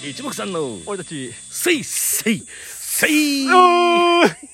一目散の俺たちせいせいせい。 やめろ。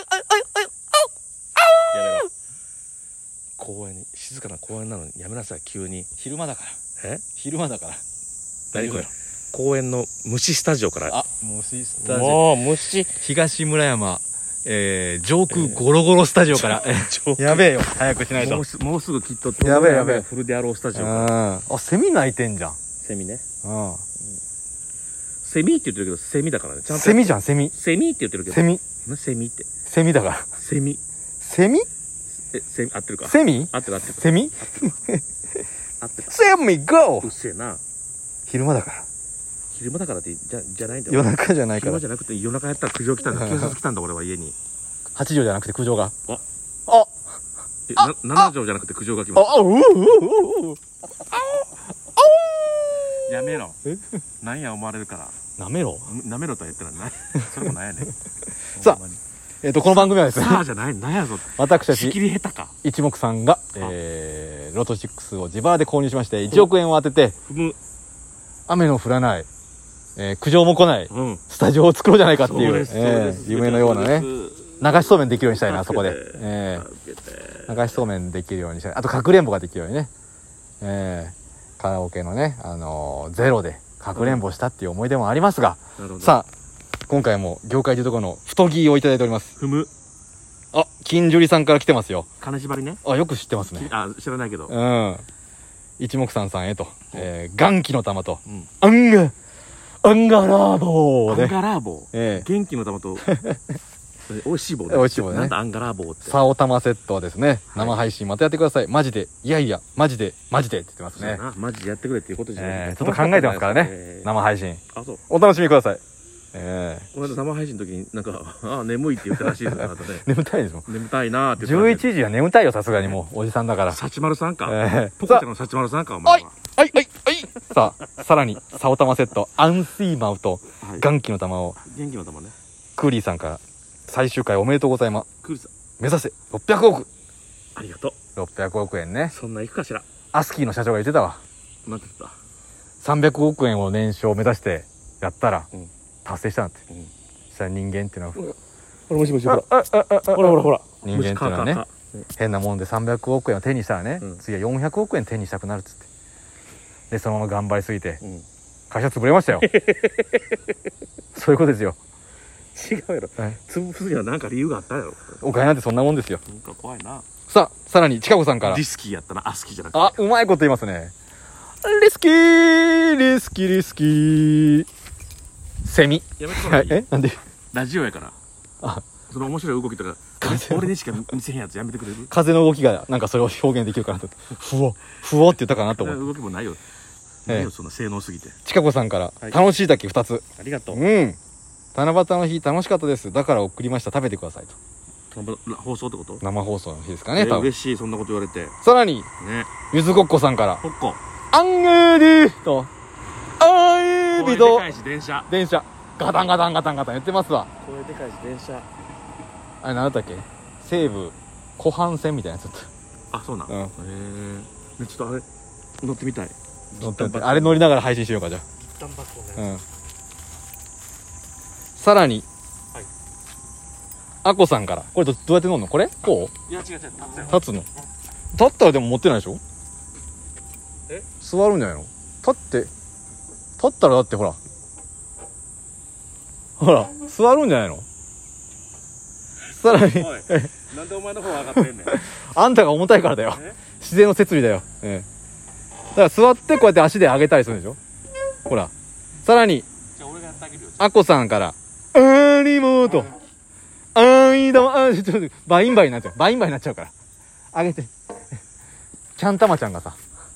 公園に静かな公園なのにやめなさい。急に昼間だから。 え昼間だから。 何これ。公園の虫スタジオから。 あ、虫スタジオ。 もう虫。 東村山上空ゴロゴロスタジオからやべえよ、早くしないと。 もうすぐきっとやべえやべえフルであろうスタジオから。 あ、セミ鳴いてんじゃん。 セミね。 うん。 セミって言ってるけどセミだからね。ちゃんとセミじゃん、セミ。 セミって言ってるけど。 セミ。 セミって。 セミだから。 セミ。 セミ？ セミ合ってるか。 セミ？ 合ってる合ってる。 セミ？ 合ってた。 セミゴー。 うっせえな。 昼間だから。 昼間だからってじゃないんだよ。 夜中じゃないから。 昼間じゃなくて夜中やったら苦情来たんだ。警察来たんだ俺は家に。 8畳じゃなくて苦情が。 あ。 あ。 7畳じゃなくて苦情が来ました。やめろ。なんや思われるから。 なめろ。 なめろとは言ってない。それもなんやねん。 さあ、この番組はですね。 さあじゃない、なんやぞ。 私たち仕切り下手か。 一目さんがロト6を自腹で購入しまして1億円を当てて、雨の降らない、苦情も来ないスタジオを作ろうじゃないかっていう夢のようなね、流しそうめんできるようにしたいな、そこで。流しそうめんできるようにしたい。あとかくれんぼができるようにね、カラオケのね、ゼロでかくれんぼしたっていう思い出もありますが、さあ今回も業界でいうところの太着をいただいております。あ、金樹里さんから来てますよ。 金縛りね。 あ、よく知ってますね。 あ、知らないけど。 一目散さんへと、元気の玉と、アンガラーボーね。 アンガラーボー。元気の玉と美味しい棒ね。 美味しい棒ね。 なんだアンガラーボーって。 サオタマセットはですね、生配信またやってください。マジで、いやいや、マジでって言ってますね。 マジでやってくれっていうことじゃない。 ちょっと考えてますからね、生配信。 あ、そう。 お楽しみください。 この間生配信の時になんか、眠いって言ったらしいですよ、あなたね。 眠たいですもん。 眠たいなーって言って 11時は眠たいよ、さすがにもう、おじさんだから。 サチマルさんか。ポコちゃんのサチマルさんか、お前は。 はい。さあ、さらに、サオタマセット、アンシーマウと、元気の玉を、 元気の玉ね。 クーリーさんから、最終回おめでとうございます。 クーリーさん。 目指せ、600億。 ありがとう。600億円ね。 そんな行くかしら。 アスキーの社長が言ってたわ。 なんて言った？ 300 億円を年商目指してやったら、達成したんだって。したら人間っていうのは、 ほらもしもし、ほら人間っていうのはね、変なもんで300億円を手にしたらね、次は400億円手にしたくなるっつって。でそのまま頑張りすぎて、会社潰れましたよ。そういうことですよ。 違うやろ。潰すには何か理由があったやろ。 お金なんてそんなもんですよ。 なんか怖いな。 さあ、さらにちかこさんから。 リスキーやったな、アスキーじゃなくて。 あ、うまいこと言いますね。リスキーセミ。 やめてください。 なんで？ ラジオやから。その面白い動きとか俺にしか見せへんやつやめてくれる？ 風の動きがなんかそれを表現できるかなと。ふおって言ったかなと思って。 動きもないよ。ないよ、その性能すぎて。 ちかこさんから楽しいだけ2つ。 ありがとう。 七夕の日楽しかったです。だから送りました。食べてくださいと。 放送ってこと？ 生放送の日ですかね。 嬉しい、そんなこと言われて。 さらにゆずごっこさんからアンゲリーとアイビド電車ガタンガタン言ってますわ。 声でかいし電車。 あれ何だったっけ？西武湖畔線みたいなやつだった。 あ、そうなん。ちょっとあれ乗ってみたい。 あれ乗りながら配信しようか。じゃあ一旦バックね。 さらにあこさんから、これどうやって乗るの？これこう？いや違う立つの。立ったらでも持ってないでしょ？座るんじゃないの？立ったらだってほら座るんじゃないの？さらになんでお前の方上がってんねん。 あんたが重たいからだよ。自然の摂理だよ。だから座ってこうやって足で上げたりするんでしょ。ほら。さらにあこさんからアニモートちょっとバインバイになっちゃうから上げて。キャンタマちゃんが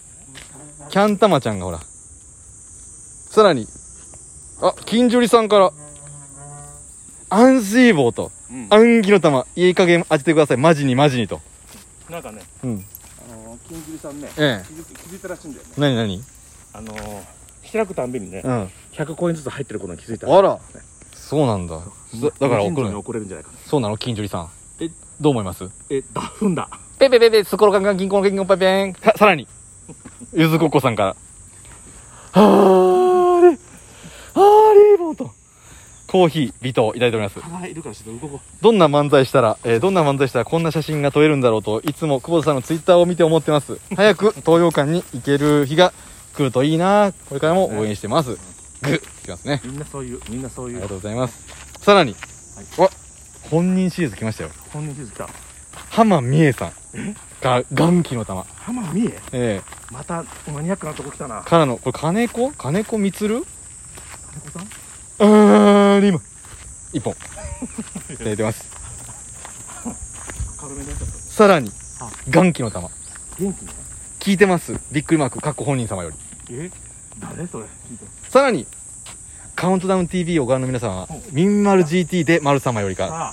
ほら。さらに金樹里さんからアンシーボーと暗記の玉いい加減当ててください。マジにと。 なんかね、金樹里さんね、気づいたらしいんだよね。 何開くたんびにね、100コインずつ入ってることに気づいた。 あら、そうなんだ。だから送れるんじゃないかな。 そうなの？金樹里さん、どう思います？ ダフンだ。 ペペペペスコロカンカン銀行の銀行ペペン。さらにゆずこっこさんからあリーボーとコーヒー微糖いただいております。 蚊がいるからちょっと動こどんな漫才したらこんな写真が撮れるんだろうといつも久保田さんのツイッターを見て思ってます。早く東洋館に行ける日が来るといいな。これからも応援してます。グッいきますね。 みんなそういうありがとうございます。さらに、わ本人シリーズ来ましたよ。 本人シリーズ来た。 浜美恵さんが元気の玉。 浜美恵えまたマニアックなとこ来たな。 からのこれ金子みつる金子さん今1本いただいてます。 軽めのやつだった。 さらに元気の玉元気ね。 聞いてますびっくりマークかっこ本人様より。 誰それ聞いて。 さらにカウントダウン TV をご覧の皆さんはみんまる GT で丸様よりか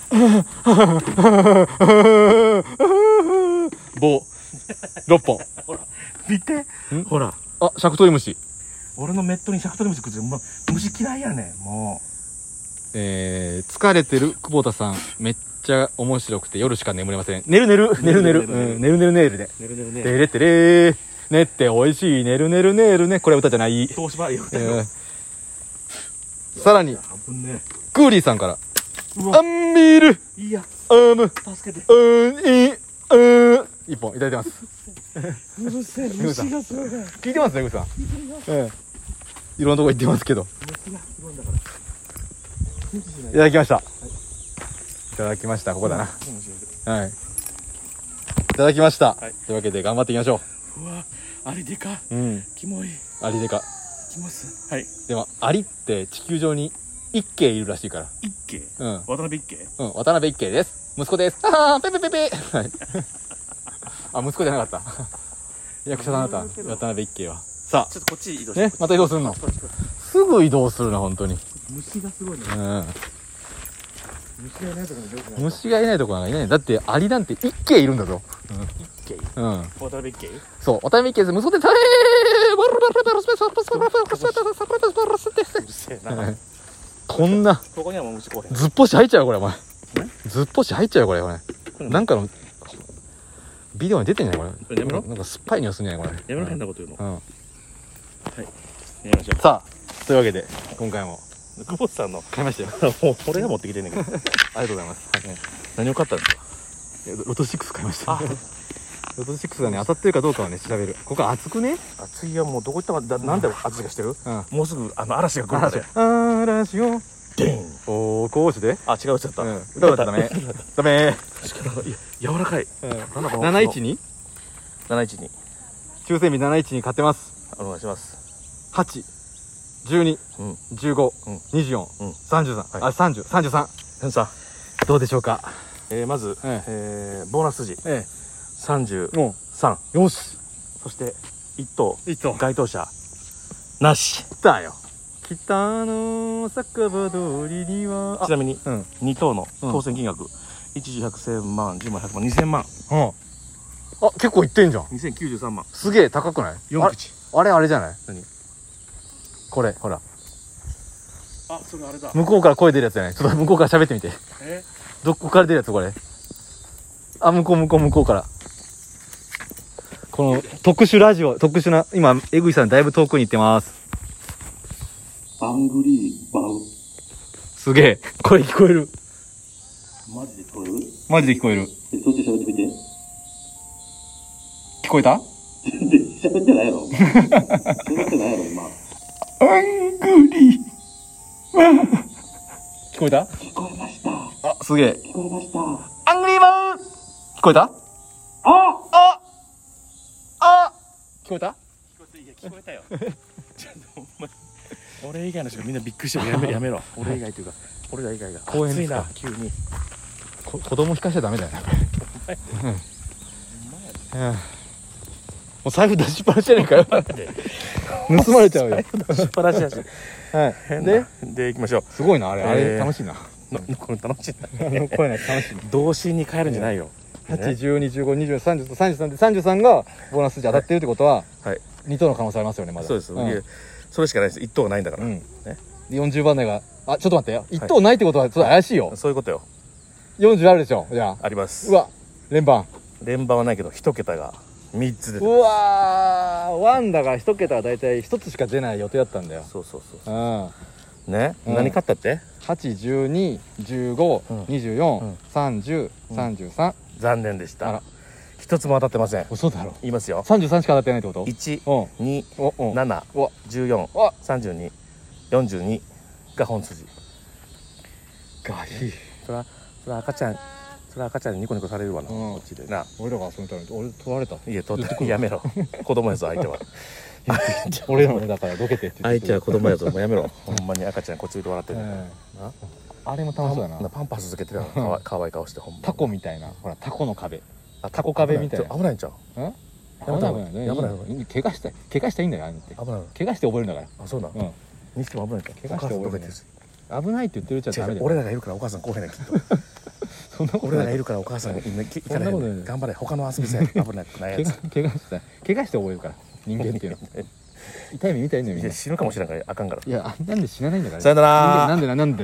棒6本ほら見てほらあシャクトリムシ俺のメットにシャクトリムシくっついて虫嫌いやねんも疲れてる久保田さんめっちゃ面白くて夜しか眠れません。寝るネイルで寝る寝るねてれってれー寝っておいしい寝るネイルね。これは歌じゃない。 東芝よさらにクーリーさんからアンミールいや助助けて 1本いただいてます。 うるせえ虫がすごい聞いてますね、グーさん。いろんなとこ行ってますけど。 虫がすごいんだからいただきました。いただきました。ここだな。はい。いただきました。というわけで頑張っていきましょう。うわ、アリでか。キモい。 アリでか。 きます。はい。 でもアリって地球上に一慶いるらしいから。 一慶？渡辺一慶？ 渡辺一慶です。息子です。ペペペペ。はい。あ、息子じゃなかった。役者さんだった。渡辺一慶は。さあ、 ちょっとこっち移動して。 また移動するの。すぐ移動するな、本当に。 虫がすごいね。虫がいないところに虫がいないところなんかいない。だってアリなんて一慶いるんだぞ。 一慶？渡辺一慶？ そう、渡辺一慶です。息子でうるせえな。こんなここにはもう虫来へん。 ずっぽし入っちゃうよこれお前。ずっぽし入っちゃうよこれ。なんかのビデオに出てんじゃないこれ。 やめろ。 なんか酸っぱいにはすんじゃないこれ。 やめろ変なこと言うの。はい。やりましょう。 さあというわけで今回も久保田さんの買いましたよ。 もう俺が持ってきてんねんけど。 ありがとうございます。 何を買ったんですか。 ロト6買いました。ロト6がね当たってるかどうかはね調べる。ここ暑くね。 暑いよもうどこ行ったかなんで暑いかしてる。もうすぐ嵐が来るから。 嵐をデンお講師で。あ違うちゃった。歌だったダメ。ダメ。 柔らかい。 712。 712。 抽選日712買ってます。 お願いします。 8、12、15、24、33。あ30、33。どうでしょうか。 まずボーナス時33。 よし。 そして1等該当者なしだよ。北の酒場通りには。 ちなみに2等の当選金額1、10、100、1000万、10万、100万、2000万。 あ、結構いってんじゃん。 2093万。 すげえ高くない？4口。あれじゃない？ 何？ これほら。 あ、それあれだ。 向こうから声出るやつじゃない？ちょっと向こうから喋ってみて。どこから出るやつこれ？あ、向こうから。この特殊ラジオ、特殊な、今江口さんだいぶ遠くに行ってます。 アングリーバウ。 すげえ、声聞こえる。 マジで聞こえる？ マジで聞こえる。 そっち喋ってみて。 聞こえた？ 喋ってないやろ。喋ってないやろ今。 アングリー。聞こえた？ 聞こえました。 あ、すげえ。 聞こえました。 アングリーバー。聞こえた？聞こえた？ 聞こえたよ。ちょっとお前。俺以外の人がみんなびっくりしてる。やめろ。俺以外というか、俺ら以外が。 公園ですか？ 急に。 子供引かしちゃダメだよね。もう財布出しっぱなしじゃねえかよ。盗まれちゃうよ。 出しっぱなしだし。 はい。 で行きましょう。 すごいなあれ楽しいな。 これ楽しいな。 こういうの楽しい。 童心に帰るんじゃないよ。 8、12、15、20、30と33で33がボーナス数字当たってるってことは2等の可能性ありますよねまだ。 そうです。それしかないです。1等がないんだから。 40番台がちょっと待ってよ。1等ないってことはちょっと怪しいよ。 そういうことよ。 40あるでしょ。じゃああります。 うわ連番はないけど1桁が 3 つ出てうわーワンだから1桁は大体1つしか出ない予定だったんだよ。 そうそうそううんね、 うん何買ったって。 81215243033 残念でしあらた。一つも当たってません。 嘘だろ。 言いますよ。 33しか当たってないってこと。 1、 うん 2、 おうん 7、 うわ 14、 わ 32、42が本筋。 ガヒそら赤ちゃんにニコニコされるわな、 うんこっちでな。 俺らが遊んだのに俺取られた。 いややめろ。子供やぞ相手は。 俺らもだからどけてって言って相手は子供やぞ、もうやめろ。ほんまに赤ちゃんこっち見て笑ってる。なあれも楽しそうだな。 パンパスつけてるやん。かわいい顔してほんま。 タコみたいなほらタコの壁。 あタコ壁みたいな。 危ないんちゃう。 うん危ない危ない危ない怪我したらいいんだよあれって。 危ない。 怪我して覚えるんだから。 あ、そうなん。 うんにしても危ないか。 怪我して覚えるんだよ。危ないって言ってるうちはダメだよ。 俺らがいるからお母さん来へんねんきっと。 そんなこと俺らない。 がいるからお母さんが今行かないそんなことない。 頑張れ。他の遊びせん。危なくないやつ。 怪我して覚えるから人間っていうのは。痛い目見たらいいんだよみんな。 死ぬかもしれんからあかんから。 いやなんで死なないんだから。 さよなら。 なんでよ。人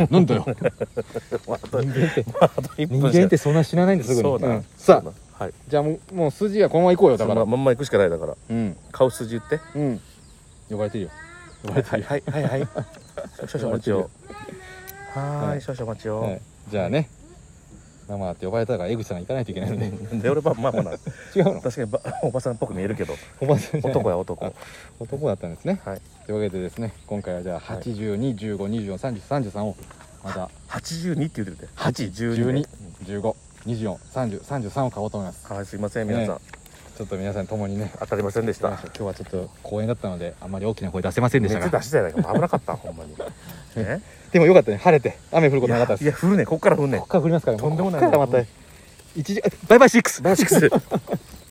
間ってそんな死なないんですぐに。 そうだ。 さあはい。 じゃあもう筋はこのまま行こうよだから。 まんま行くしかないだから。買う筋言って。 呼ばれてるよ。 はいはい少々お待ちを。はい少々お待ちを。 じゃあねママって呼ばれたから江口さん行かないといけないので。 で俺ママな。 違うの。 確かにおばさんっぽく見えるけど。 おばさん男や男。 男だったんですね。 はい。 というわけでですね今回はじゃあ8215243033をまた 82って言ってるで。 1215243033を買おうと思います。 はいすいません皆さん。 ちょっと皆さんともにね当たりませんでした。 今日はちょっと公演だったのであんまり大きな声出せませんでしたが。 熱出してないから危なかったほんまに。 でもよかったね晴れて雨降ることなかったです。 いや降るねこっから降るね。 こっから降りますから。 とんでもない。 こっからまた1時バイバイ6。 バイバイ6。